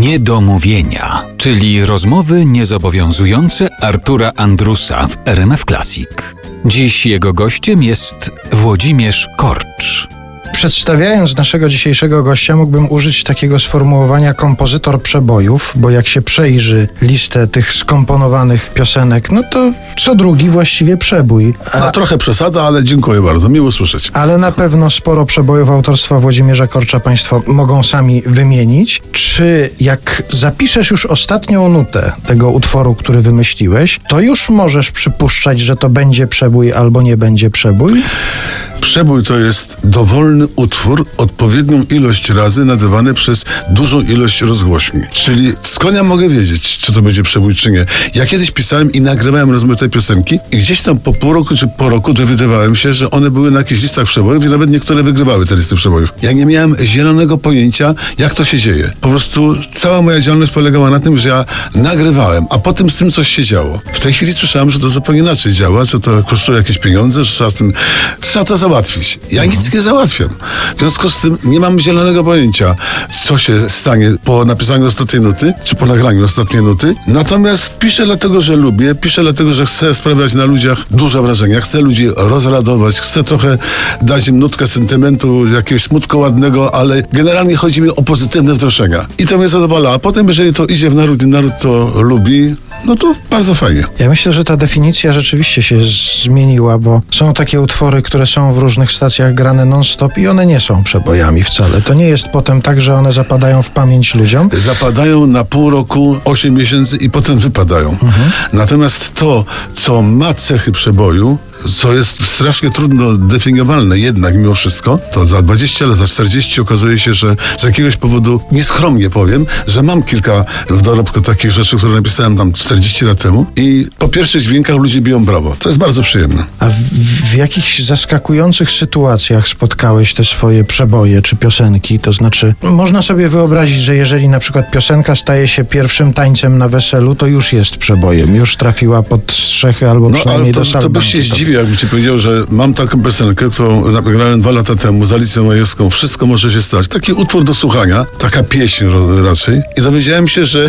Niedomówienia, czyli rozmowy niezobowiązujące Artura Andrusa w RMF Classic. Dziś jego gościem jest Włodzimierz Korcz. Przedstawiając naszego dzisiejszego gościa, mógłbym użyć takiego sformułowania kompozytor przebojów, bo jak się przejrzy listę tych skomponowanych piosenek, no to co drugi właściwie przebój. No trochę przesada, ale dziękuję bardzo, miło słyszeć. Ale na pewno sporo przebojów autorstwa Włodzimierza Korcza państwo mogą sami wymienić. Czy jak zapiszesz już ostatnią nutę tego utworu, który wymyśliłeś, to już możesz przypuszczać, że to będzie przebój albo nie będzie przebój? Przebój to jest dowolny utwór, odpowiednią ilość razy nadawany przez dużą ilość rozgłośni. Czyli skąd ja mogę wiedzieć, czy to będzie przebój, czy nie? Ja kiedyś pisałem i nagrywałem rozmaite piosenki i gdzieś tam po pół roku czy po roku dowiadywałem się, że one były na jakichś listach przebojów i nawet niektóre wygrywały te listy przebojów. Ja nie miałem zielonego pojęcia, jak to się dzieje. Po prostu cała moja działalność polegała na tym, że ja nagrywałem, a potem z tym coś się działo. W tej chwili słyszałem, że to zupełnie inaczej działa, że to kosztuje jakieś pieniądze, że trzeba to załatwić. Ja nic nie załatwiam. W związku z tym nie mam zielonego pojęcia, co się stanie po napisaniu ostatniej nuty, czy po nagraniu ostatniej nuty. Natomiast piszę dlatego, że lubię, piszę dlatego, że chcę sprawiać na ludziach duże wrażenia, chcę ludzi rozradować, chcę trochę dać im nutkę sentymentu, jakiegoś smutku ładnego, ale generalnie chodzi mi o pozytywne wzruszenia. I to mnie zadowala. A potem, jeżeli to idzie w naród i naród to lubi, no to bardzo fajnie. Ja myślę, że ta definicja rzeczywiście się zmieniła, bo są takie utwory, które są w różnych stacjach grane non-stop i one nie są przebojami wcale. To nie jest potem tak, że one zapadają w pamięć ludziom. Zapadają na pół roku, 8 miesięcy i potem wypadają. Natomiast to, co ma cechy przeboju, co jest strasznie trudno definiowalne jednak mimo wszystko, to za 20 lat, za 40 okazuje się, że z jakiegoś powodu, nieskromnie powiem, że mam kilka w dorobku takich rzeczy, które napisałem tam 40 lat temu i po pierwszych dźwiękach ludzie biją brawo. To jest bardzo przyjemne. A w jakichś zaskakujących sytuacjach spotkałeś te swoje przeboje czy piosenki? To znaczy, można sobie wyobrazić, że jeżeli na przykład piosenka staje się pierwszym tańcem na weselu, to już jest przebojem, już trafiła pod strzechy albo przynajmniej do salbanki. To byś się zdziwił, jakbym ci powiedział, że mam taką piosenkę, którą nagrałem 2 lata temu z Alicją Majewską. Wszystko może się stać. Taki utwór do słuchania, taka pieśń raczej. I dowiedziałem się, że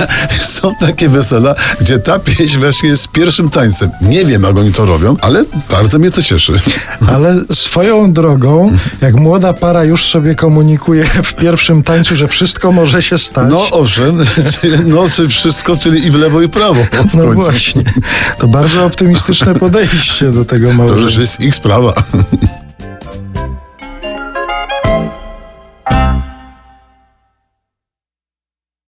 są takie wesela, gdzie ta pieśń właśnie jest pierwszym tańcem. Nie wiem, jak oni to robią, ale bardzo mnie to cieszy. Ale swoją drogą, jak młoda para już sobie komunikuje w pierwszym tańcu, że wszystko może się stać. No owszem, czy wszystko, czyli i w lewo, i w prawo. No właśnie. To bardzo optymistyczne podejście do tego małżeństwa. To już jest ich sprawa.